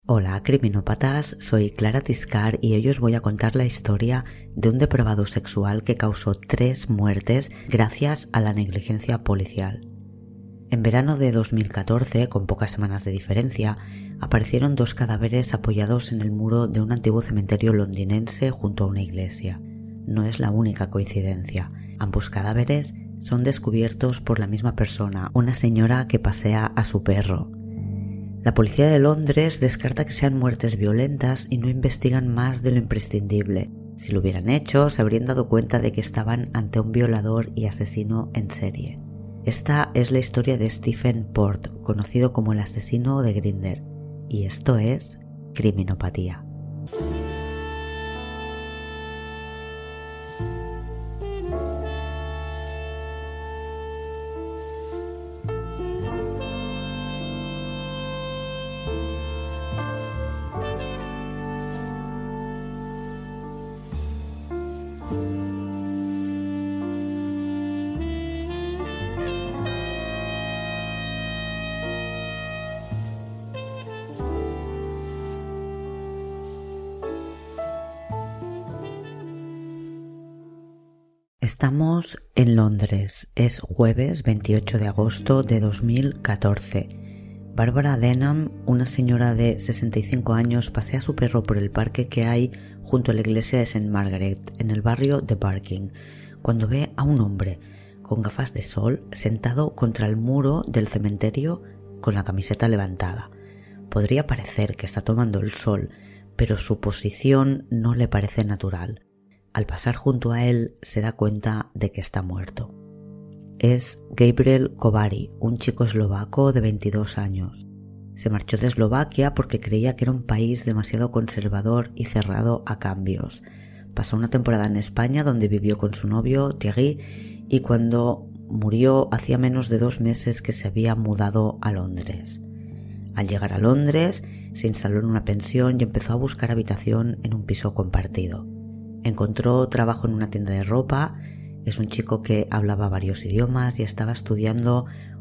Hola criminópatas, soy Clara Tiscar y hoy os voy a contar la historia de un depravado sexual que causó 3 muertes gracias a la negligencia policial. En verano de 2014, con pocas semanas de diferencia, aparecieron 2 cadáveres apoyados en el muro de un antiguo cementerio londinense junto a una iglesia. No es la única coincidencia. Ambos cadáveres son descubiertos por la misma persona, una señora que pasea a su perro. La policía de Londres descarta que sean muertes violentas y no investigan más de lo imprescindible. Si lo hubieran hecho, se habrían dado cuenta de que estaban ante un violador y asesino en serie. Esta es la historia de Stephen Port, conocido como el asesino de Grindr, y esto es Criminopatía. Estamos en Londres, es jueves 28 de agosto de 2014. Barbara Denham, una señora de 65 años, pasea a su perro por el parque que hay junto a la iglesia de St. Margaret, en el barrio de Barking, cuando ve a un hombre con gafas de sol sentado contra el muro del cementerio con la camiseta levantada. Podría parecer que está tomando el sol, pero su posición no le parece natural. Al pasar junto a él se da cuenta de que está muerto. Es Gabriel Kobary, un chico eslovaco de 22 años. Se marchó de Eslovaquia porque creía que era un país demasiado conservador y cerrado a cambios. Pasó una temporada en España donde vivió con su novio Thierry y cuando murió hacía menos de 2 meses que se había mudado a Londres. Al llegar a Londres se instaló en una pensión y empezó a buscar habitación en un piso compartido. Encontró trabajo en una tienda de ropa, es un chico que hablaba varios idiomas y estaba estudiando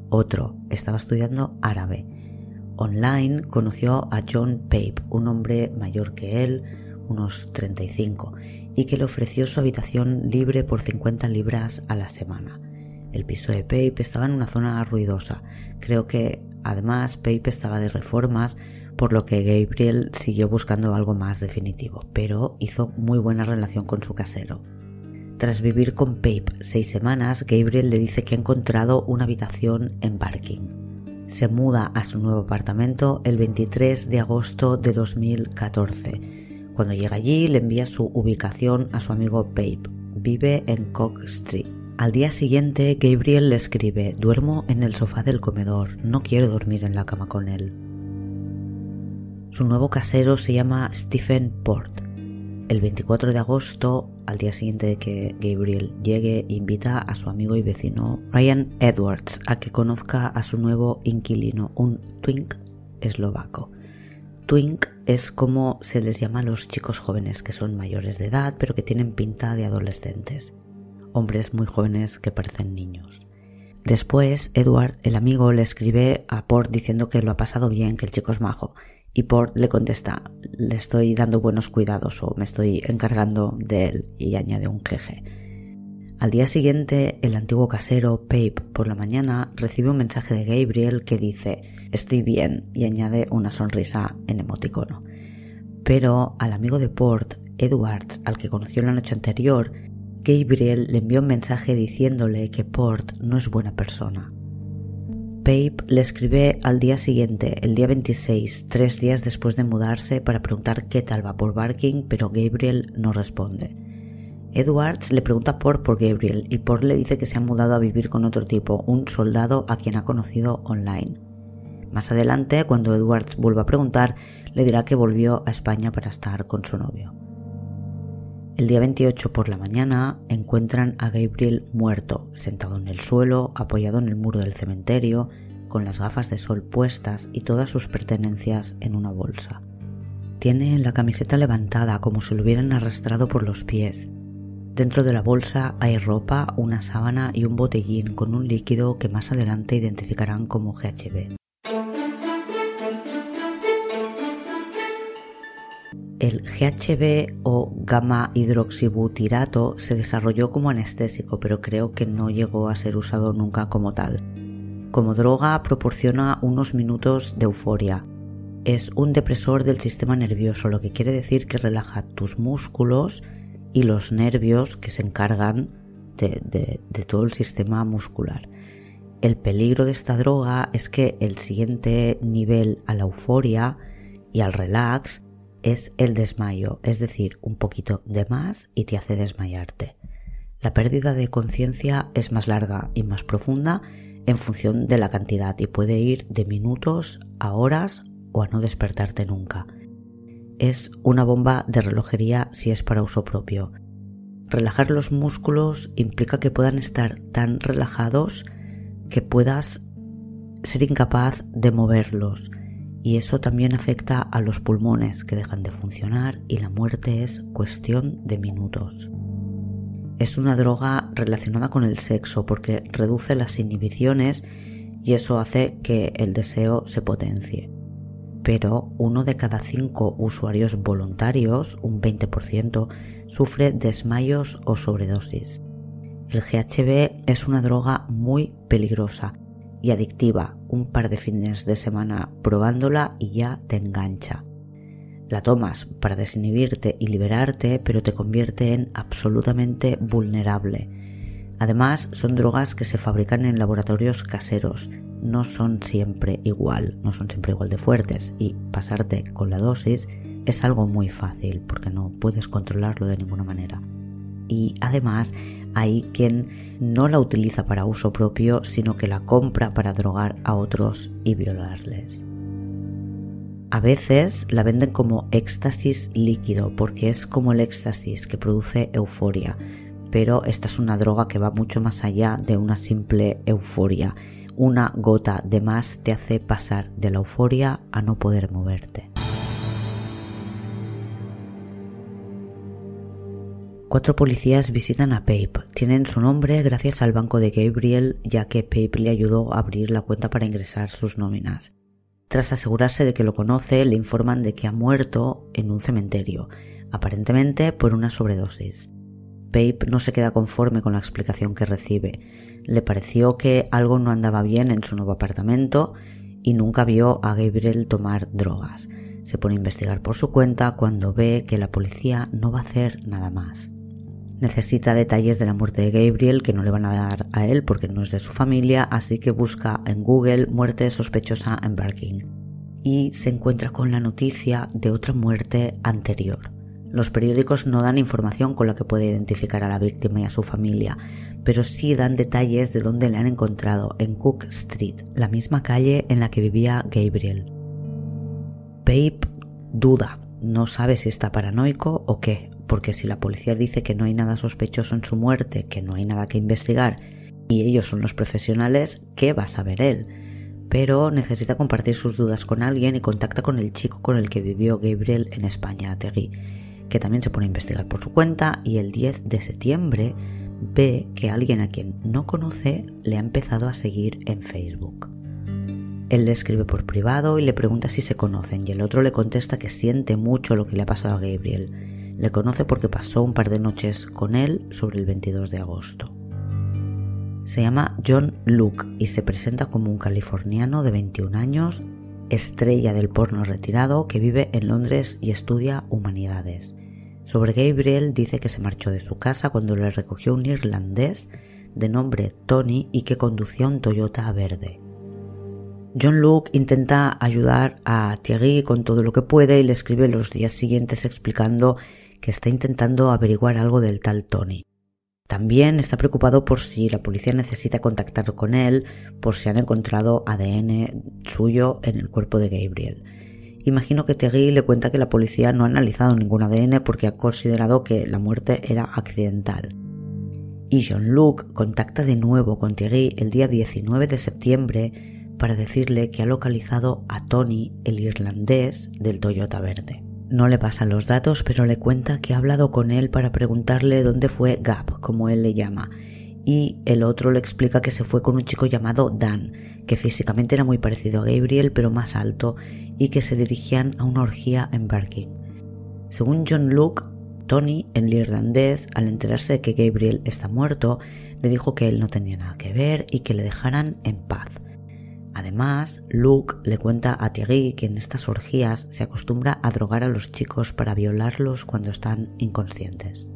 árabe. Online conoció a John Pape, un hombre mayor que él, unos 35, y que le ofreció su habitación libre por 50 libras a la semana. El piso de Pape estaba en una zona ruidosa. Creo que además Pape estaba de reformas, por lo que Gabriel siguió buscando algo más definitivo, pero hizo muy buena relación con su casero. Tras vivir con Pape 6 semanas, Gabriel le dice que ha encontrado una habitación en Barking. Se muda a su nuevo apartamento el 23 de agosto de 2014. Cuando llega allí, le envía su ubicación a su amigo Pape. Vive en Cock Street. Al día siguiente, Gabriel le escribe: «Duermo en el sofá del comedor, no quiero dormir en la cama con él». Su nuevo casero se llama Stephen Port. El 24 de agosto, al día siguiente de que Gabriel llegue, invita a su amigo y vecino Ryan Edwards a que conozca a su nuevo inquilino, un twink eslovaco. Twink es como se les llama a los chicos jóvenes que son mayores de edad pero que tienen pinta de adolescentes. Hombres muy jóvenes que parecen niños. Después, Edward, el amigo, le escribe a Port diciendo que lo ha pasado bien, que el chico es majo. Y Port le contesta: «Le estoy dando buenos cuidados» o «me estoy encargando de él», y añade un jeje. Al día siguiente, el antiguo casero, Pape, por la mañana, recibe un mensaje de Gabriel que dice «estoy bien» y añade una sonrisa en emoticono. Pero al amigo de Port, Edwards, al que conoció la noche anterior, Gabriel le envió un mensaje diciéndole que Port no es buena persona. Pape le escribe al día siguiente, el día 26, 3 días después de mudarse, para preguntar qué tal va por Barking, pero Gabriel no responde. Edwards le pregunta por Gabriel y Port le dice que se ha mudado a vivir con otro tipo, un soldado a quien ha conocido online. Más adelante, cuando Edwards vuelva a preguntar, le dirá que volvió a España para estar con su novio. El día 28 por la mañana encuentran a Gabriel muerto, sentado en el suelo, apoyado en el muro del cementerio, con las gafas de sol puestas y todas sus pertenencias en una bolsa. Tiene la camiseta levantada como si lo hubieran arrastrado por los pies. Dentro de la bolsa hay ropa, una sábana y un botellín con un líquido que más adelante identificarán como GHB. El GHB o gamma hidroxibutirato se desarrolló como anestésico, pero creo que no llegó a ser usado nunca como tal. Como droga proporciona unos minutos de euforia. Es un depresor del sistema nervioso, lo que quiere decir que relaja tus músculos y los nervios que se encargan de todo el sistema muscular. El peligro de esta droga es que el siguiente nivel a la euforia y al relax es el desmayo, es decir, un poquito de más y te hace desmayarte. La pérdida de conciencia es más larga y más profunda en función de la cantidad y puede ir de minutos a horas o a no despertarte nunca. Es una bomba de relojería si es para uso propio. Relajar los músculos implica que puedan estar tan relajados que puedas ser incapaz de moverlos. Y eso también afecta a los pulmones, que dejan de funcionar, y la muerte es cuestión de minutos. Es una droga relacionada con el sexo porque reduce las inhibiciones y eso hace que el deseo se potencie. Pero 1 de cada 5 usuarios voluntarios, un 20%, sufre desmayos o sobredosis. El GHB es una droga muy peligrosa y adictiva, un par de fines de semana probándola y ya te engancha. La tomas para desinhibirte y liberarte, pero te convierte en absolutamente vulnerable. Además, son drogas que se fabrican en laboratorios caseros, no son siempre igual de fuertes y pasarte con la dosis es algo muy fácil porque no puedes controlarlo de ninguna manera. Y además hay quien no la utiliza para uso propio, sino que la compra para drogar a otros y violarles. A veces la venden como éxtasis líquido porque es como el éxtasis que produce euforia, pero esta es una droga que va mucho más allá de una simple euforia. Una gota de más te hace pasar de la euforia a no poder moverte. 4 policías visitan a Pape. Tienen su nombre gracias al banco de Gabriel, ya que Pape le ayudó a abrir la cuenta para ingresar sus nóminas. Tras asegurarse de que lo conoce, le informan de que ha muerto en un cementerio, aparentemente por una sobredosis. Pape no se queda conforme con la explicación que recibe. Le pareció que algo no andaba bien en su nuevo apartamento y nunca vio a Gabriel tomar drogas. Se pone a investigar por su cuenta cuando ve que la policía no va a hacer nada más. Necesita detalles de la muerte de Gabriel que no le van a dar a él porque no es de su familia, así que busca en Google muerte sospechosa en Barking y se encuentra con la noticia de otra muerte anterior. Los periódicos no dan información con la que puede identificar a la víctima y a su familia, pero sí dan detalles de dónde le han encontrado, en Cook Street, la misma calle en la que vivía Gabriel. Pape duda, no sabe si está paranoico o qué, porque si la policía dice que no hay nada sospechoso en su muerte, que no hay nada que investigar y ellos son los profesionales, ¿qué va a saber él? Pero necesita compartir sus dudas con alguien y contacta con el chico con el que vivió Gabriel en España, Tegui, que también se pone a investigar por su cuenta y el 10 de septiembre ve que alguien a quien no conoce le ha empezado a seguir en Facebook. Él le escribe por privado y le pregunta si se conocen y el otro le contesta que siente mucho lo que le ha pasado a Gabriel. Le conoce porque pasó un par de noches con él sobre el 22 de agosto. Se llama John Luke y se presenta como un californiano de 21 años, estrella del porno retirado que vive en Londres y estudia humanidades. Sobre Gabriel dice que se marchó de su casa cuando le recogió un irlandés de nombre Tony y que conducía un Toyota verde. John Luke intenta ayudar a Thierry con todo lo que puede y le escribe los días siguientes explicando que está intentando averiguar algo del tal Tony. También está preocupado por si la policía necesita contactar con él, por si han encontrado ADN suyo en el cuerpo de Gabriel. Imagino que Thierry le cuenta que la policía no ha analizado ningún ADN porque ha considerado que la muerte era accidental. Y John Luke contacta de nuevo con Thierry el día 19 de septiembre para decirle que ha localizado a Tony, el irlandés del Toyota verde. No le pasan los datos, pero le cuenta que ha hablado con él para preguntarle dónde fue Gab, como él le llama, y el otro le explica que se fue con un chico llamado Dan, que físicamente era muy parecido a Gabriel pero más alto y que se dirigían a una orgía en Barking. Según John Luke, Tony, el irlandés, al enterarse de que Gabriel está muerto, le dijo que él no tenía nada que ver y que le dejaran en paz. Además, Luke le cuenta a Thierry que en estas orgías se acostumbra a drogar a los chicos para violarlos cuando están inconscientes.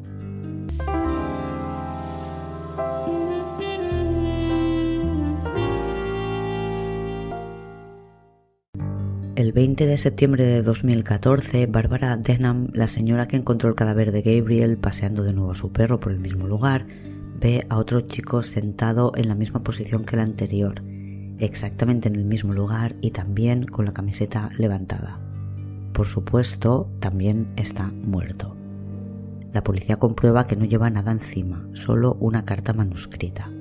El 20 de septiembre de 2014, Barbara Denham, la señora que encontró el cadáver de Gabriel paseando de nuevo a su perro por el mismo lugar, ve a otro chico sentado en la misma posición que el anterior, exactamente en el mismo lugar y también con la camiseta levantada. Por supuesto, también está muerto. La policía comprueba que no lleva nada encima, solo una carta manuscrita.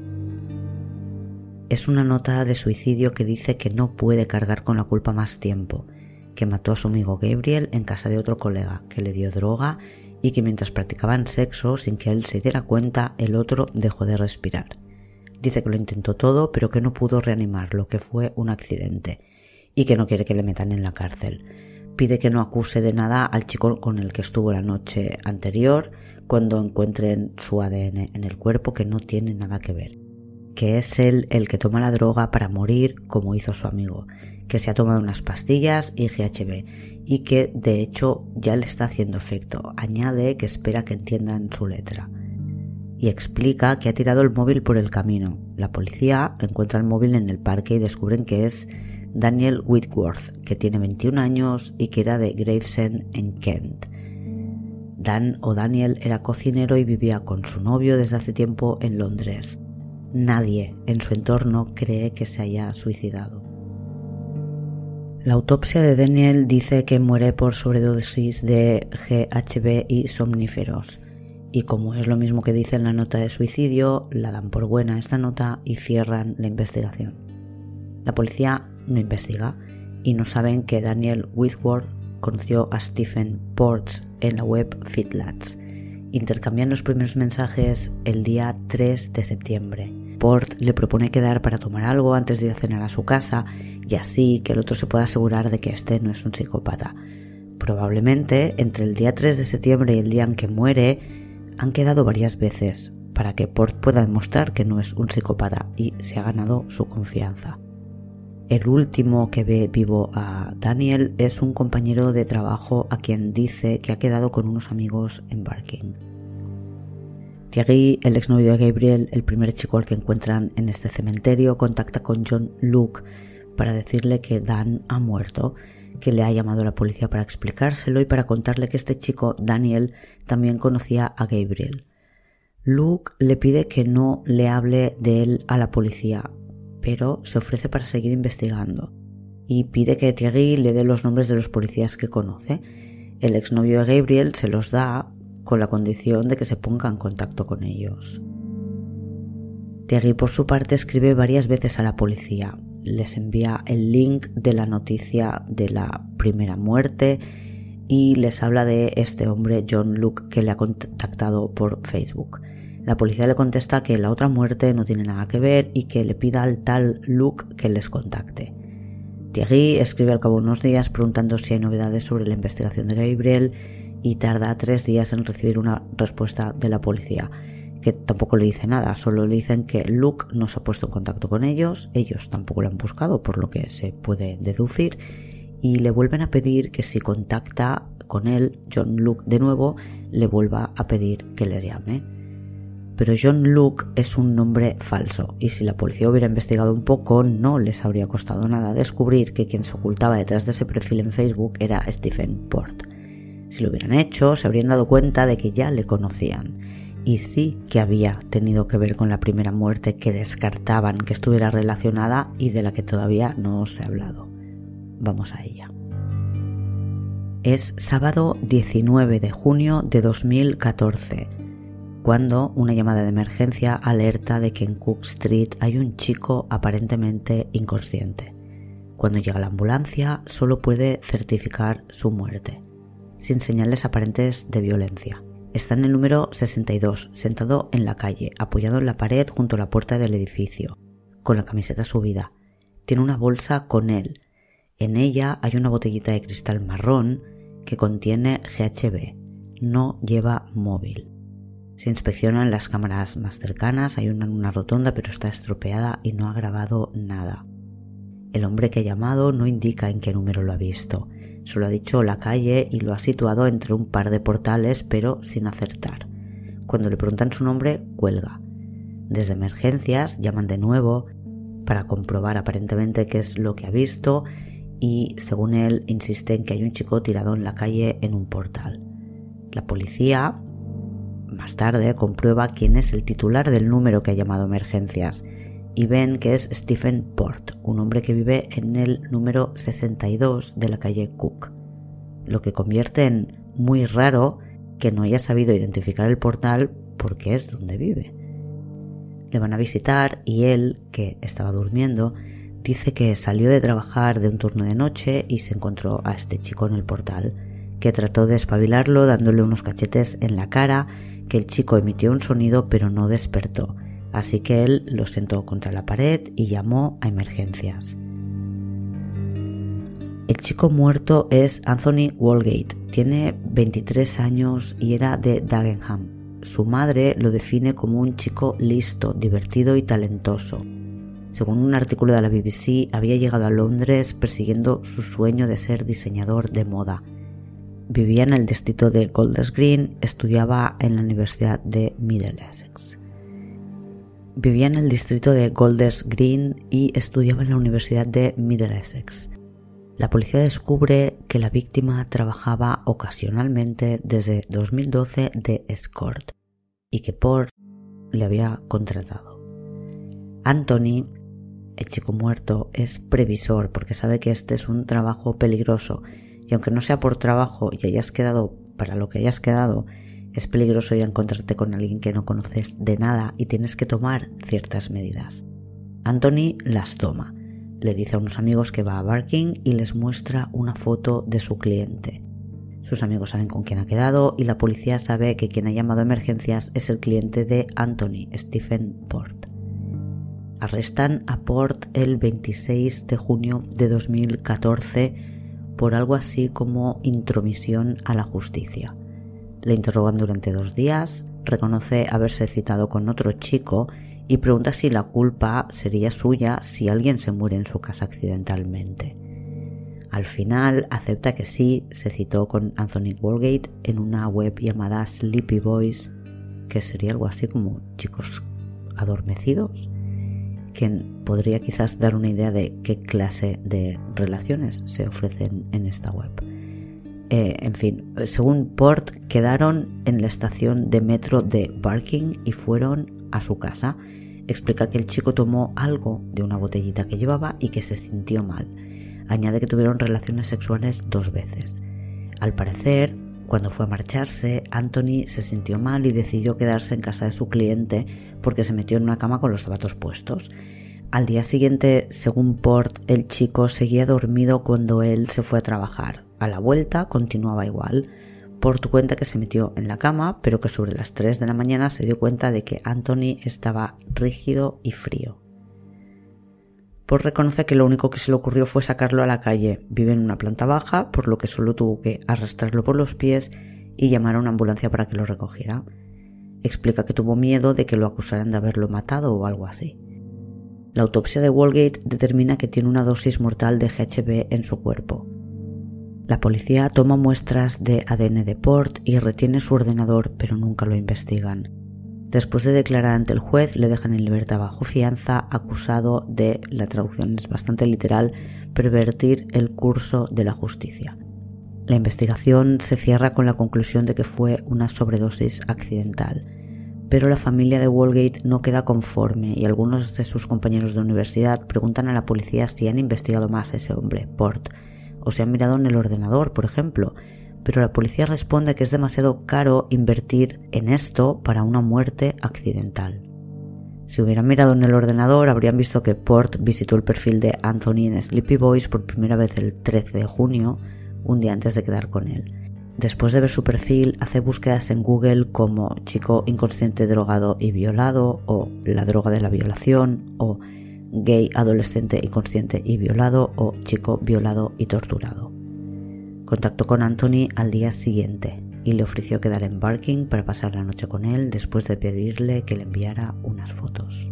Es una nota de suicidio que dice que no puede cargar con la culpa más tiempo, que mató a su amigo Gabriel en casa de otro colega, que le dio droga y que mientras practicaban sexo, sin que él se diera cuenta, el otro dejó de respirar. Dice que lo intentó todo, pero que no pudo reanimarlo, que fue un accidente y que no quiere que le metan en la cárcel. Pide que no acuse de nada al chico con el que estuvo la noche anterior cuando encuentren su ADN en el cuerpo, que no tiene nada que ver. Que es él el que toma la droga para morir como hizo su amigo, que se ha tomado unas pastillas y GHB y que de hecho ya le está haciendo efecto. Añade que espera que entiendan su letra. Y explica que ha tirado el móvil por el camino. La policía encuentra el móvil en el parque y descubren que es Daniel Whitworth, que tiene 21 años y que era de Gravesend en Kent. Daniel era cocinero y vivía con su novio desde hace tiempo en Londres. Nadie en su entorno cree que se haya suicidado. La autopsia de Daniel dice que muere por sobredosis de GHB y somníferos. Y como es lo mismo que dice en la nota de suicidio, la dan por buena esta nota y cierran la investigación. La policía no investiga y no saben que Daniel Whitworth conoció a Stephen Ports en la web FitLads. Intercambian los primeros mensajes el día 3 de septiembre. Port le propone quedar para tomar algo antes de ir a cenar a su casa y así que el otro se pueda asegurar de que este no es un psicópata. Probablemente entre el día 3 de septiembre y el día en que muere han quedado varias veces para que Port pueda demostrar que no es un psicópata y se ha ganado su confianza. El último que ve vivo a Daniel es un compañero de trabajo a quien dice que ha quedado con unos amigos en Barking. Thierry, el exnovio de Gabriel, el primer chico al que encuentran en este cementerio, contacta con John Luke para decirle que Dan ha muerto, que le ha llamado a la policía para explicárselo y para contarle que este chico, Daniel, también conocía a Gabriel. Luke le pide que no le hable de él a la policía, pero se ofrece para seguir investigando y pide que Thierry le dé los nombres de los policías que conoce. El exnovio de Gabriel se los da con la condición de que se ponga en contacto con ellos. Thierry, por su parte, escribe varias veces a la policía. Les envía el link de la noticia de la primera muerte y les habla de este hombre, John Luke, que le ha contactado por Facebook. La policía le contesta que la otra muerte no tiene nada que ver y que le pida al tal Luke que les contacte. Thierry escribe al cabo de unos días preguntando si hay novedades sobre la investigación de Gabriel y tarda 3 días en recibir una respuesta de la policía, que tampoco le dice nada, solo le dicen que Luke no se ha puesto en contacto con ellos tampoco lo han buscado, por lo que se puede deducir, y le vuelven a pedir que si contacta con él, John Luke de nuevo, le vuelva a pedir que les llame. Pero John Luke es un nombre falso y si la policía hubiera investigado un poco no les habría costado nada descubrir que quien se ocultaba detrás de ese perfil en Facebook era Stephen Port. Si lo hubieran hecho, se habrían dado cuenta de que ya le conocían y sí que había tenido que ver con la primera muerte que descartaban que estuviera relacionada y de la que todavía no os he hablado. Vamos a ella. Es sábado 19 de junio de 2014, cuando una llamada de emergencia alerta de que en Cook Street hay un chico aparentemente inconsciente. Cuando llega la ambulancia, solo puede certificar su muerte, sin señales aparentes de violencia. Está en el número 62, sentado en la calle, apoyado en la pared junto a la puerta del edificio, con la camiseta subida. Tiene una bolsa con él. En ella hay una botellita de cristal marrón que contiene GHB. No lleva móvil. Se inspeccionan las cámaras más cercanas, hay una en una rotonda pero está estropeada y no ha grabado nada. El hombre que ha llamado no indica en qué número lo ha visto, solo ha dicho la calle y lo ha situado entre un par de portales pero sin acertar. Cuando le preguntan su nombre, cuelga. Desde emergencias llaman de nuevo para comprobar aparentemente qué es lo que ha visto y, según él, insiste en que hay un chico tirado en la calle en un portal. La policía más tarde comprueba quién es el titular del número que ha llamado emergencias y ven que es Stephen Port, un hombre que vive en el número 62 de la calle Cook, lo que convierte en muy raro que no haya sabido identificar el portal porque es donde vive. Le van a visitar y él, que estaba durmiendo, dice que salió de trabajar de un turno de noche y se encontró a este chico en el portal, que trató de espabilarlo dándole unos cachetes en la cara, que el chico emitió un sonido pero no despertó, así que él lo sentó contra la pared y llamó a emergencias. El chico muerto es Anthony Walgate, tiene 23 años y era de Dagenham. Su madre lo define como un chico listo, divertido y talentoso. Según un artículo de la BBC, había llegado a Londres persiguiendo su sueño de ser diseñador de moda. Vivía en el distrito de Golders Green, estudiaba en la Universidad de Middlesex. La policía descubre que la víctima trabajaba ocasionalmente desde 2012 de escort y que Port le había contratado. Anthony, el chico muerto, es previsor porque sabe que este es un trabajo peligroso y aunque no sea por trabajo y hayas quedado para lo que hayas quedado, es peligroso ya encontrarte con alguien que no conoces de nada y tienes que tomar ciertas medidas. Anthony las toma. Le dice a unos amigos que va a Barking y les muestra una foto de su cliente. Sus amigos saben con quién ha quedado y la policía sabe que quien ha llamado a emergencias es el cliente de Anthony, Stephen Port. Arrestan a Port el 26 de junio de 2014 por algo así como intromisión a la justicia. Le interrogan durante 2 días, reconoce haberse citado con otro chico y pregunta si la culpa sería suya si alguien se muere en su casa accidentalmente. Al final acepta que sí, se citó con Anthony Walgate en una web llamada Sleepy Boys, que sería algo así como chicos adormecidos, que podría quizás dar una idea de qué clase de relaciones se ofrecen en esta web. En fin, según Port, quedaron en la estación de metro de Barking y fueron a su casa. Explica que el chico tomó algo de una botellita que llevaba y que se sintió mal. Añade que tuvieron relaciones sexuales 2 veces. Al parecer, cuando fue a marcharse, Anthony se sintió mal y decidió quedarse en casa de su cliente porque se metió en una cama con los zapatos puestos. Al día siguiente, según Port, el chico seguía dormido cuando él se fue a trabajar. A la vuelta continuaba igual. Port cuenta que se metió en la cama, pero que sobre las 3 de la mañana se dio cuenta de que Anthony estaba rígido y frío. Port reconoce que lo único que se le ocurrió fue sacarlo a la calle. Vive en una planta baja, por lo que solo tuvo que arrastrarlo por los pies y llamar a una ambulancia para que lo recogiera. Explica que tuvo miedo de que lo acusaran de haberlo matado o algo así. La autopsia de Walgate determina que tiene una dosis mortal de GHB en su cuerpo. La policía toma muestras de ADN de Port y retiene su ordenador, pero nunca lo investigan. Después de declarar ante el juez, le dejan en libertad bajo fianza, acusado de, la traducción es bastante literal, pervertir el curso de la justicia. La investigación se cierra con la conclusión de que fue una sobredosis accidental, pero la familia de Walgate no queda conforme y algunos de sus compañeros de universidad preguntan a la policía si han investigado más a ese hombre, Port, o si han mirado en el ordenador, por ejemplo, pero la policía responde que es demasiado caro invertir en esto para una muerte accidental. Si hubieran mirado en el ordenador, habrían visto que Port visitó el perfil de Anthony en Sleepy Boys por primera vez el 13 de junio, un día antes de quedar con él. Después de ver su perfil, hace búsquedas en Google como chico inconsciente drogado y violado, o la droga de la violación, o gay adolescente inconsciente y violado, o chico violado y torturado. Contactó con Anthony al día siguiente y le ofreció quedar en Barking para pasar la noche con él después de pedirle que le enviara unas fotos.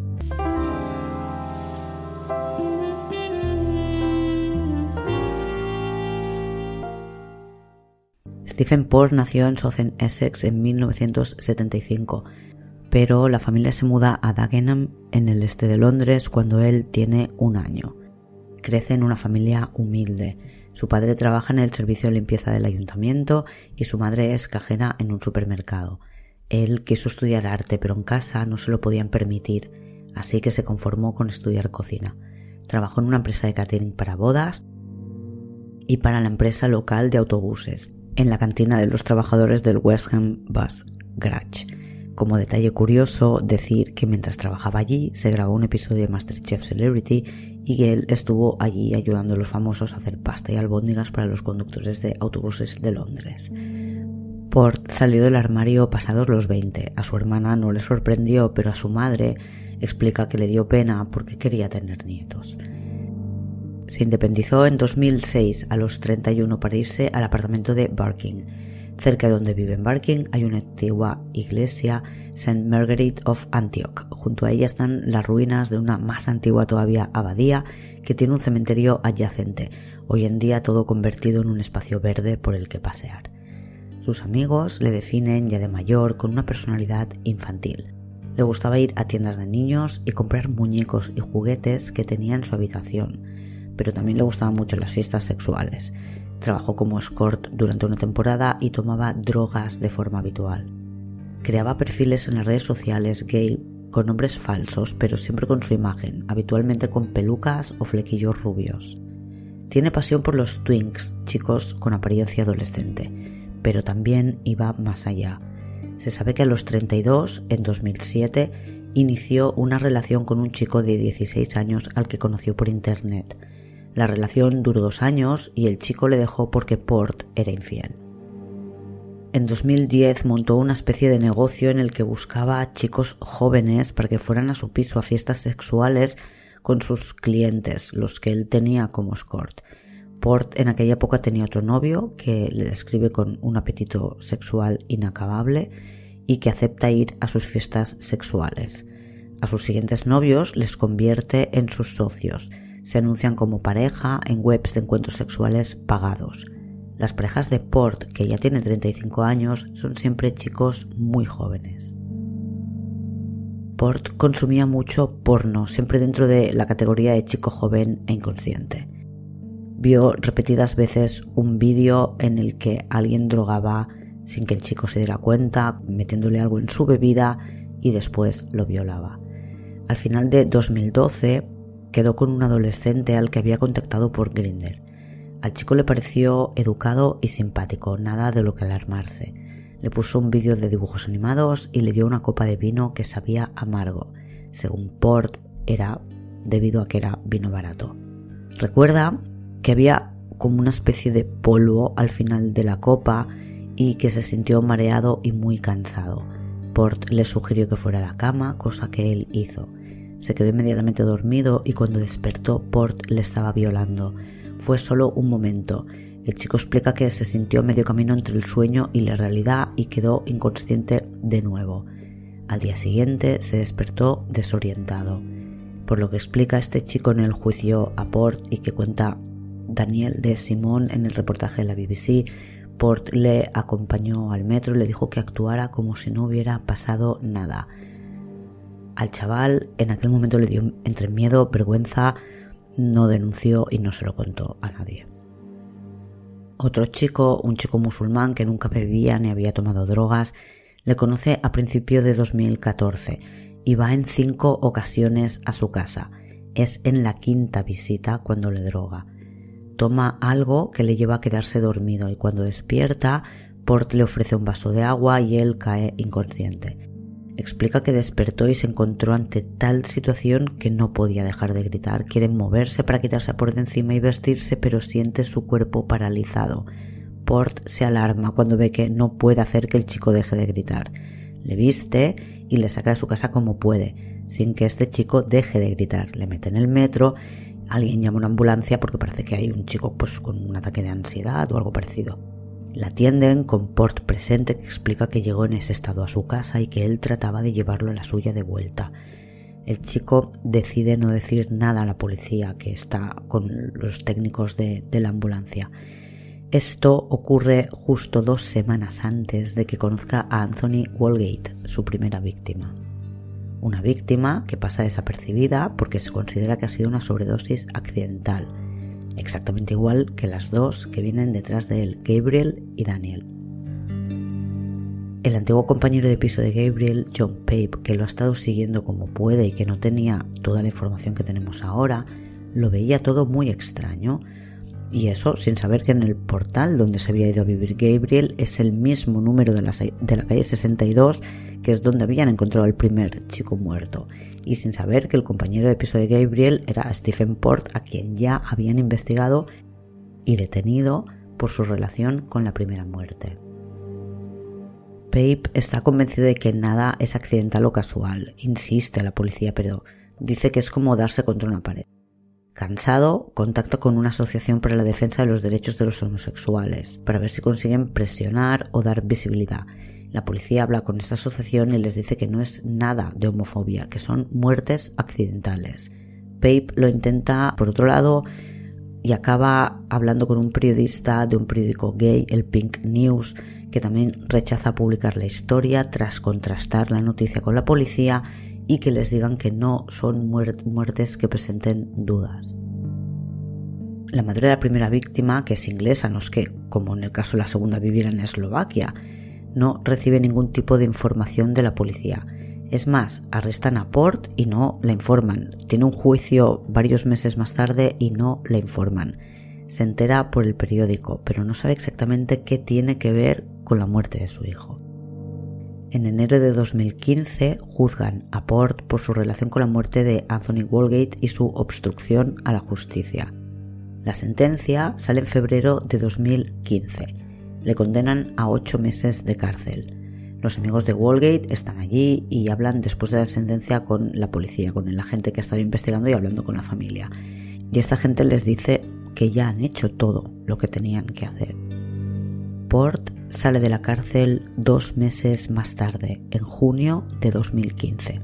Stephen Port nació en Southend, Essex en 1975, pero la familia se muda a Dagenham en el este de Londres cuando él tiene 1 año. Crece en una familia humilde. Su padre trabaja en el servicio de limpieza del ayuntamiento y su madre es cajera en un supermercado. Él quiso estudiar arte, pero en casa no se lo podían permitir, así que se conformó con estudiar cocina. Trabajó en una empresa de catering para bodas y para la empresa local de autobuses, en la cantina de los trabajadores del West Ham Bus Garage. Como detalle curioso, decir que mientras trabajaba allí se grabó un episodio de MasterChef Celebrity y que él estuvo allí ayudando a los famosos a hacer pasta y albóndigas para los conductores de autobuses de Londres. Port salió del armario pasados los 20. A su hermana no le sorprendió, pero a su madre explica que le dio pena porque quería tener nietos. Se independizó en 2006 a los 31 para irse al apartamento de Barking. Cerca de donde vive en Barking hay una antigua iglesia, St. Margaret of Antioch. Junto a ella están las ruinas de una más antigua todavía abadía que tiene un cementerio adyacente, hoy en día todo convertido en un espacio verde por el que pasear. Sus amigos le definen ya de mayor con una personalidad infantil. Le gustaba ir a tiendas de niños y comprar muñecos y juguetes que tenía en su habitación, pero también le gustaban mucho las fiestas sexuales. Trabajó como escort durante una temporada y tomaba drogas de forma habitual. Creaba perfiles en las redes sociales gay con nombres falsos, pero siempre con su imagen, habitualmente con pelucas o flequillos rubios. Tiene pasión por los twinks, chicos con apariencia adolescente, pero también iba más allá. Se sabe que a los 32, en 2007, inició una relación con un chico de 16 años al que conoció por internet. La relación duró 2 años y el chico le dejó porque Port era infiel. En 2010 montó una especie de negocio en el que buscaba a chicos jóvenes para que fueran a su piso a fiestas sexuales con sus clientes, los que él tenía como escort. Port en aquella época tenía otro novio que le describe con un apetito sexual inacabable y que acepta ir a sus fiestas sexuales. A sus siguientes novios les convierte en sus socios. Se anuncian como pareja en webs de encuentros sexuales pagados. Las parejas de Port, que ya tiene 35 años, son siempre chicos muy jóvenes. Port consumía mucho porno, siempre dentro de la categoría de chico joven e inconsciente. Vio repetidas veces un vídeo en el que alguien drogaba sin que el chico se diera cuenta, metiéndole algo en su bebida y después lo violaba. Al final de 2012, quedó con un adolescente al que había contactado por Grindr. Al chico le pareció educado y simpático, nada de lo que alarmarse. Le puso un vídeo de dibujos animados y le dio una copa de vino que sabía amargo. Según Port, era debido a que era vino barato. Recuerda que había como una especie de polvo al final de la copa y que se sintió mareado y muy cansado. Port le sugirió que fuera a la cama, cosa que él hizo. Se quedó inmediatamente dormido y cuando despertó, Port le estaba violando. Fue solo un momento. El chico explica que se sintió a medio camino entre el sueño y la realidad y quedó inconsciente de nuevo. Al día siguiente se despertó desorientado. Por lo que explica este chico en el juicio a Port y que cuenta Daniel de Simón en el reportaje de la BBC, Port le acompañó al metro y le dijo que actuara como si no hubiera pasado nada. Al chaval en aquel momento le dio entre miedo, vergüenza, no denunció y no se lo contó a nadie. Otro chico, un chico musulmán que nunca bebía ni había tomado drogas, le conoce a principios de 2014 y va en 5 ocasiones a su casa. Es en la 5ª visita cuando le droga. Toma algo que le lleva a quedarse dormido y cuando despierta, Port le ofrece un vaso de agua y él cae inconsciente. Explica que despertó y se encontró ante tal situación que no podía dejar de gritar. Quiere moverse para quitarse por de encima y vestirse, pero siente su cuerpo paralizado. Port se alarma cuando ve que no puede hacer que el chico deje de gritar. Le viste y le saca de su casa como puede, sin que este chico deje de gritar. Le mete en el metro Alguien llama a una ambulancia porque parece que hay un chico pues con un ataque de ansiedad o algo parecido. La atienden con Port presente, que explica que llegó en ese estado a su casa y que él trataba de llevarlo a la suya de vuelta. El chico decide no decir nada a la policía, que está con los técnicos de la ambulancia. Esto ocurre justo 2 semanas antes de que conozca a Anthony Walgate, su primera víctima. Una víctima que pasa desapercibida porque se considera que ha sido una sobredosis accidental, exactamente igual que las 2 que vienen detrás de él, Gabriel y Daniel. El antiguo compañero de piso de Gabriel, John Pape, que lo ha estado siguiendo como puede y que no tenía toda la información que tenemos ahora, lo veía todo muy extraño. Y eso sin saber que en el portal donde se había ido a vivir Gabriel es el mismo número de la calle 62, que es donde habían encontrado al primer chico muerto. Y sin saber que el compañero de piso de Gabriel era Stephen Port, a quien ya habían investigado y detenido por su relación con la primera muerte. Pape está convencido de que nada es accidental o casual. Insiste a la policía, pero dice que es como darse contra una pared. Cansado, contacta con una asociación para la defensa de los derechos de los homosexuales para ver si consiguen presionar o dar visibilidad. La policía habla con esta asociación y les dice que no es nada de homofobia, que son muertes accidentales. Pape lo intenta por otro lado y acaba hablando con un periodista de un periódico gay, el Pink News, que también rechaza publicar la historia tras contrastar la noticia con la policía y que les digan que no son muertes que presenten dudas. La madre de la primera víctima, que es inglesa, no es que, como en el caso de la segunda, viviera en Eslovaquia, no recibe ningún tipo de información de la policía. Es más, arrestan a Port y no la informan. Tiene un juicio varios meses más tarde y no la informan. Se entera por el periódico, pero no sabe exactamente qué tiene que ver con la muerte de su hijo. En enero de 2015 juzgan a Port por su relación con la muerte de Anthony Walgate y su obstrucción a la justicia. La sentencia sale en febrero de 2015. Le condenan a 8 meses de cárcel. Los amigos de Walgate están allí y hablan después de la sentencia con la policía, con el agente que ha estado investigando y hablando con la familia. Y esta gente les dice que ya han hecho todo lo que tenían que hacer. Port sale de la cárcel 2 meses más tarde, en junio de 2015.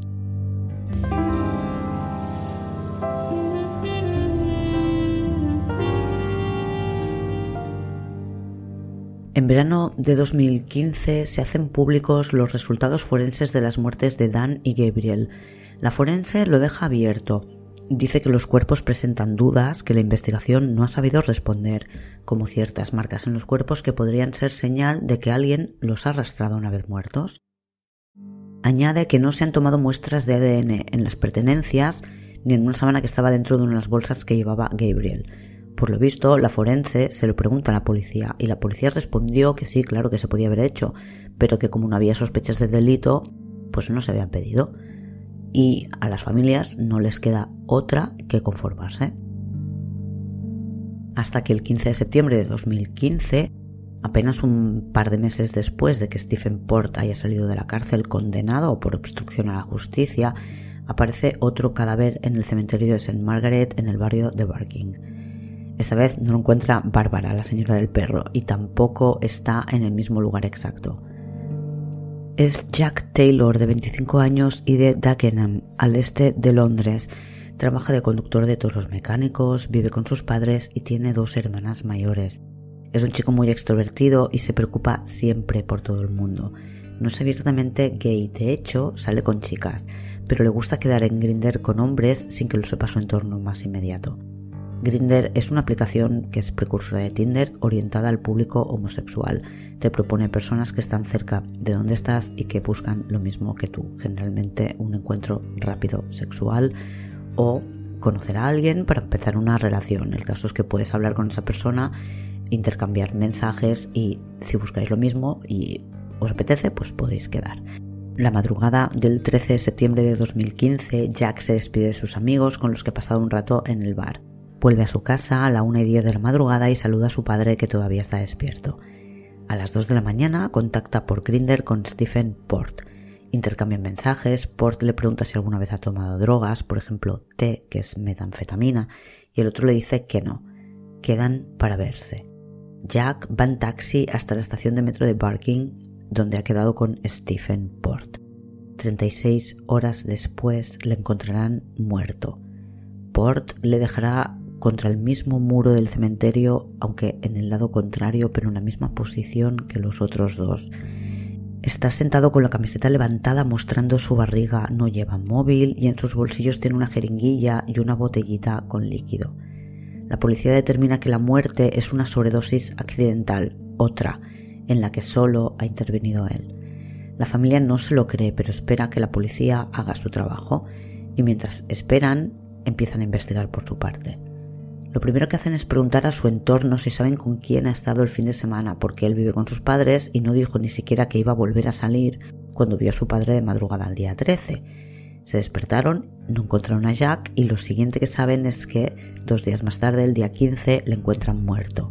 En verano de 2015 se hacen públicos los resultados forenses de las muertes de Dan y Gabriel. La forense lo deja abierto. Dice que los cuerpos presentan dudas que la investigación no ha sabido responder, como ciertas marcas en los cuerpos que podrían ser señal de que alguien los ha arrastrado una vez muertos. Añade que no se han tomado muestras de ADN en las pertenencias ni en una sábana que estaba dentro de unas bolsas que llevaba Gabriel. Por lo visto, la forense se lo pregunta a la policía y la policía respondió que sí, claro que se podía haber hecho, pero que como no había sospechas de delito, pues no se habían pedido. Y a las familias no les queda otra que conformarse. Hasta que el 15 de septiembre de 2015, apenas un par de meses después de que Stephen Port haya salido de la cárcel condenado por obstrucción a la justicia, aparece otro cadáver en el cementerio de St. Margaret en el barrio de Barking. Esta vez no lo encuentra Bárbara, la señora del perro, y tampoco está en el mismo lugar exacto. Es Jack Taylor, de 25 años y de Dagenham, al este de Londres. Trabaja de conductor de toros mecánicos, vive con sus padres y tiene 2 hermanas mayores. Es un chico muy extrovertido y se preocupa siempre por todo el mundo. No es abiertamente gay, de hecho sale con chicas, pero le gusta quedar en Grindr con hombres sin que lo sepa su entorno más inmediato. Grindr es una aplicación que es precursora de Tinder orientada al público homosexual. Te propone personas que están cerca de donde estás y que buscan lo mismo que tú, generalmente un encuentro rápido sexual o conocer a alguien para empezar una relación. El caso es que puedes hablar con esa persona, intercambiar mensajes y si buscáis lo mismo y os apetece, pues podéis quedar. La madrugada del 13 de septiembre de 2015, Jack se despide de sus amigos con los que ha pasado un rato en el bar. Vuelve a su casa a la 1:10 de la madrugada y saluda a su padre, que todavía está despierto. A las 2 de la mañana contacta por Grindr con Stephen Port. Intercambian mensajes. Port le pregunta si alguna vez ha tomado drogas, por ejemplo té, que es metanfetamina, y el otro le dice que no. Quedan para verse. Jack va en taxi hasta la estación de metro de Barking, donde ha quedado con Stephen Port. 36 horas después le encontrarán muerto. Port le dejará contra el mismo muro del cementerio, aunque en el lado contrario, pero en la misma posición que los otros dos. Está sentado con la camiseta levantada mostrando su barriga, no lleva móvil y en sus bolsillos tiene una jeringuilla y una botellita con líquido. La policía determina que la muerte es una sobredosis accidental, otra, en la que solo ha intervenido él. La familia no se lo cree, pero espera que la policía haga su trabajo y mientras esperan, empiezan a investigar por su parte. Lo primero que hacen es preguntar a su entorno si saben con quién ha estado el fin de semana, porque él vive con sus padres y no dijo ni siquiera que iba a volver a salir cuando vio a su padre de madrugada al día 13. Se despertaron, no encontraron a Jack y lo siguiente que saben es que 2 días más tarde, el día 15, le encuentran muerto.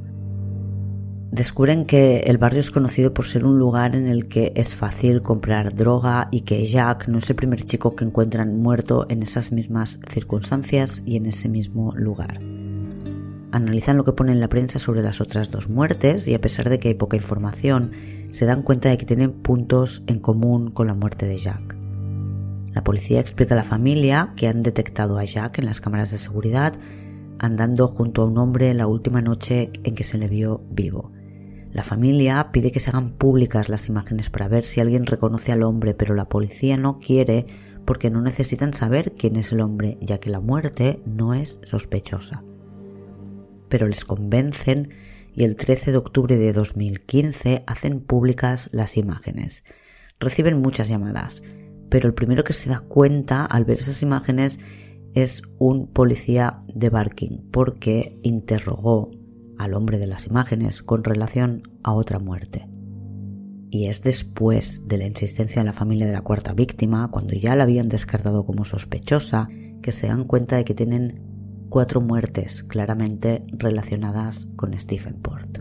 Descubren que el barrio es conocido por ser un lugar en el que es fácil comprar droga y que Jack no es el primer chico que encuentran muerto en esas mismas circunstancias y en ese mismo lugar. Analizan lo que pone en la prensa sobre las otras 2 muertes y a pesar de que hay poca información, se dan cuenta de que tienen puntos en común con la muerte de Jack. La policía explica a la familia que han detectado a Jack en las cámaras de seguridad andando junto a un hombre la última noche en que se le vio vivo. La familia pide que se hagan públicas las imágenes para ver si alguien reconoce al hombre, pero la policía no quiere porque no necesitan saber quién es el hombre, ya que la muerte no es sospechosa. Pero les convencen y el 13 de octubre de 2015 hacen públicas las imágenes. Reciben muchas llamadas, pero el primero que se da cuenta al ver esas imágenes es un policía de Barking porque interrogó al hombre de las imágenes con relación a otra muerte. Y es después de la insistencia de la familia de la 4ª víctima, cuando ya la habían descartado como sospechosa, que se dan cuenta de que tienen 4 muertes claramente relacionadas con Stephen Port.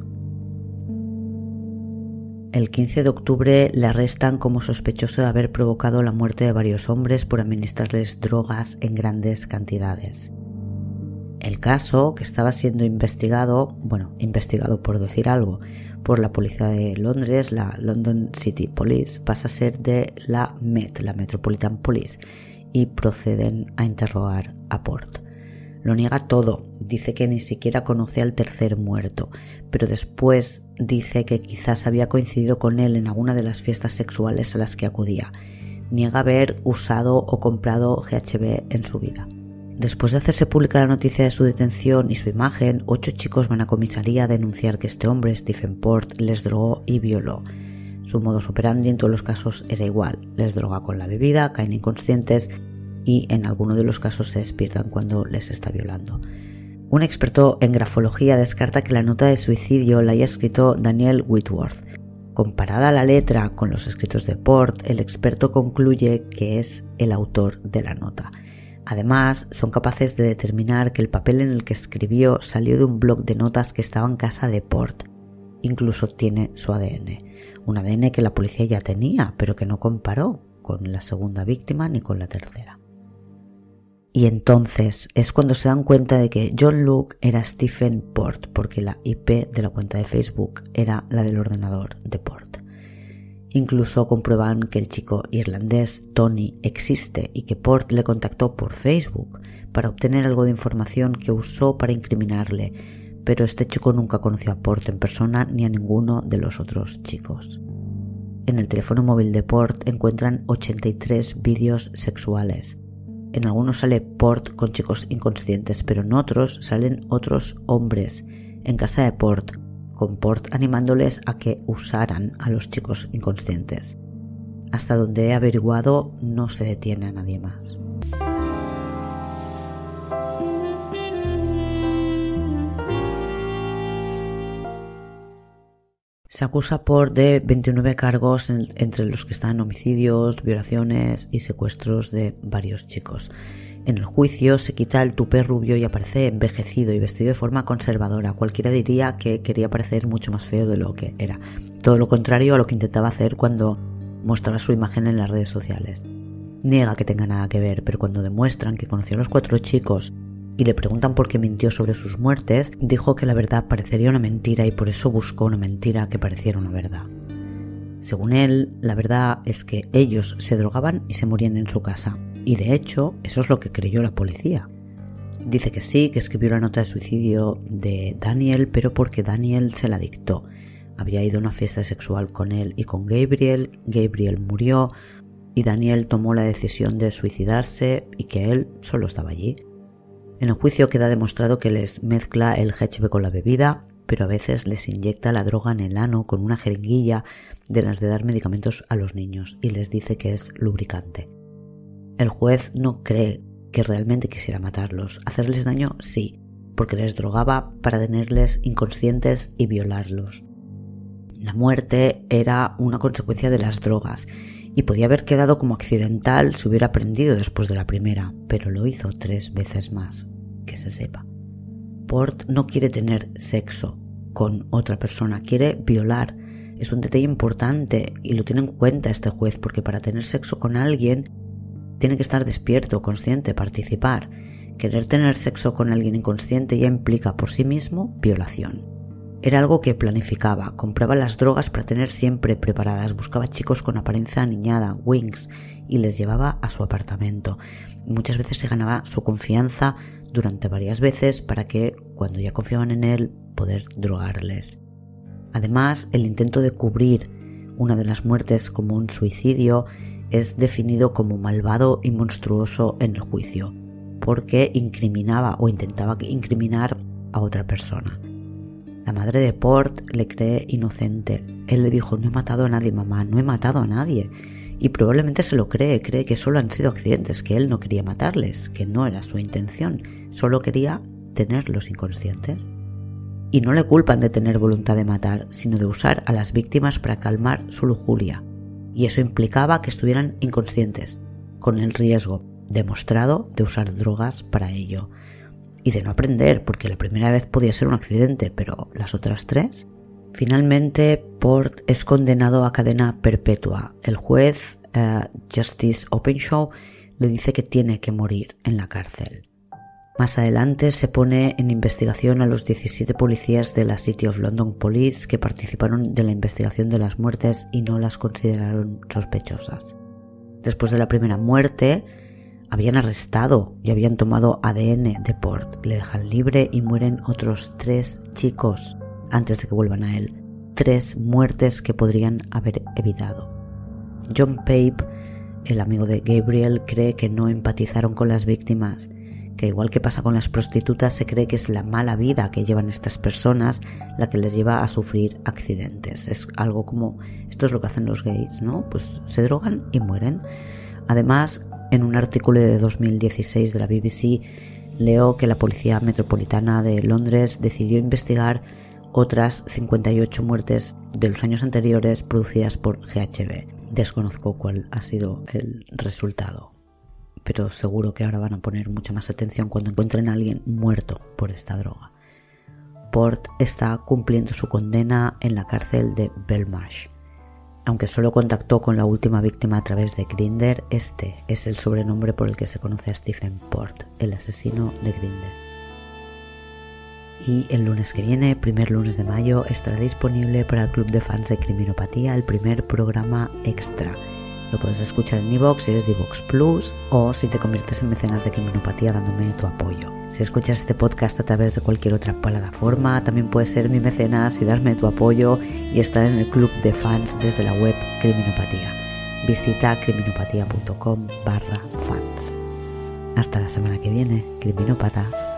El 15 de octubre le arrestan como sospechoso de haber provocado la muerte de varios hombres por administrarles drogas en grandes cantidades. El caso, que estaba siendo investigado por decir algo, por la policía de Londres, la London City Police, pasa a ser de la Met, la Metropolitan Police, y proceden a interrogar a Port. Lo niega todo, dice que ni siquiera conoce al tercer muerto, pero después dice que quizás había coincidido con él en alguna de las fiestas sexuales a las que acudía. Niega haber usado o comprado GHB en su vida. Después de hacerse pública la noticia de su detención y su imagen, 8 chicos van a comisaría a denunciar que este hombre, Stephen Port, les drogó y violó. Su modus operandi en todos los casos era igual, les droga con la bebida, caen inconscientes y en alguno de los casos se despiertan cuando les está violando. Un experto en grafología descarta que la nota de suicidio la haya escrito Daniel Whitworth. Comparada la letra con los escritos de Port, el experto concluye que es el autor de la nota. Además, son capaces de determinar que el papel en el que escribió salió de un bloc de notas que estaba en casa de Port. Incluso tiene su ADN. Un ADN que la policía ya tenía, pero que no comparó con la segunda víctima ni con la tercera. Y entonces es cuando se dan cuenta de que John Luke era Stephen Port, porque la IP de la cuenta de Facebook era la del ordenador de Port. Incluso comprueban que el chico irlandés Tony existe y que Port le contactó por Facebook para obtener algo de información que usó para incriminarle, pero este chico nunca conoció a Port en persona ni a ninguno de los otros chicos. En el teléfono móvil de Port encuentran 83 vídeos sexuales. En algunos sale Port con chicos inconscientes, pero en otros salen otros hombres en casa de Port, con Port animándoles a que usaran a los chicos inconscientes. Hasta donde he averiguado, no se detiene a nadie más. Se acusa a Port de 29 cargos entre los que están homicidios, violaciones y secuestros de varios chicos. En el juicio se quita el tupé rubio y aparece envejecido y vestido de forma conservadora. Cualquiera diría que quería parecer mucho más feo de lo que era. Todo lo contrario a lo que intentaba hacer cuando mostraba su imagen en las redes sociales. Niega que tenga nada que ver, pero cuando demuestran que conoció a los 4 chicos y le preguntan por qué mintió sobre sus muertes, dijo que la verdad parecería una mentira y por eso buscó una mentira que pareciera una verdad. Según él, la verdad es que ellos se drogaban y se morían en su casa, y de hecho eso es lo que creyó la policía. Dice que sí, que escribió la nota de suicidio de Daniel, pero porque Daniel se la dictó. Había ido a una fiesta sexual con él y con Gabriel, Gabriel murió y Daniel tomó la decisión de suicidarse y que él solo estaba allí. En el juicio queda demostrado que les mezcla el GHB con la bebida, pero a veces les inyecta la droga en el ano con una jeringuilla de las de dar medicamentos a los niños y les dice que es lubricante. El juez no cree que realmente quisiera matarlos. Hacerles daño sí, porque les drogaba para tenerles inconscientes y violarlos. La muerte era una consecuencia de las drogas y podía haber quedado como accidental si hubiera aprendido después de la primera, pero lo hizo 3 veces más, que se sepa. Port no quiere tener sexo con otra persona, quiere violar. Es un detalle importante y lo tiene en cuenta este juez, porque para tener sexo con alguien tiene que estar despierto, consciente, participar. Querer tener sexo con alguien inconsciente ya implica por sí mismo violación. Era algo que planificaba, compraba las drogas para tener siempre preparadas, buscaba chicos con apariencia aniñada, wings, y les llevaba a su apartamento. Muchas veces se ganaba su confianza durante varias veces para que, cuando ya confiaban en él, poder drogarles. Además, el intento de cubrir una de las muertes como un suicidio es definido como malvado y monstruoso en el juicio, porque incriminaba o intentaba incriminar a otra persona. La madre de Port le cree inocente. Él le dijo: no he matado a nadie, mamá, no he matado a nadie. Y probablemente se lo cree que solo han sido accidentes, que él no quería matarles, que no era su intención, solo quería tenerlos inconscientes. Y no le culpan de tener voluntad de matar, sino de usar a las víctimas para calmar su lujuria. Y eso implicaba que estuvieran inconscientes, con el riesgo demostrado de usar drogas para ello. Y de no aprender, porque la primera vez podía ser un accidente, pero las otras 3... Finalmente, Port es condenado a cadena perpetua. El juez Justice Openshaw le dice que tiene que morir en la cárcel. Más adelante se pone en investigación a los 17 policías de la City of London Police que participaron de la investigación de las muertes y no las consideraron sospechosas. Después de la primera muerte, habían arrestado y habían tomado ADN de Port. Le dejan libre y mueren otros 3 chicos antes de que vuelvan a él. 3 muertes que podrían haber evitado. John Pape, el amigo de Gabriel, cree que no empatizaron con las víctimas, que igual que pasa con las prostitutas, se cree que es la mala vida que llevan estas personas la que les lleva a sufrir accidentes. Es algo como, esto es lo que hacen los gays, ¿no? Pues se drogan y mueren. Además, en un artículo de 2016 de la BBC, leo que la Policía Metropolitana de Londres decidió investigar otras 58 muertes de los años anteriores producidas por GHB. Desconozco cuál ha sido el resultado, pero seguro que ahora van a poner mucha más atención cuando encuentren a alguien muerto por esta droga. Port está cumpliendo su condena en la cárcel de Belmarsh. Aunque solo contactó con la última víctima a través de Grindr, este es el sobrenombre por el que se conoce a Stephen Port, el asesino de Grindr. Y el lunes que viene, primer lunes de mayo, estará disponible para el club de fans de Criminopatía el primer programa extra. Lo puedes escuchar en iVoox si eres de iVoox Plus o si te conviertes en mecenas de Criminopatía dándome tu apoyo. Si escuchas este podcast a través de cualquier otra plataforma, también puedes ser mi mecenas y darme tu apoyo y estar en el club de fans desde la web Criminopatía. Visita criminopatía.com/fans. Hasta la semana que viene, criminópatas.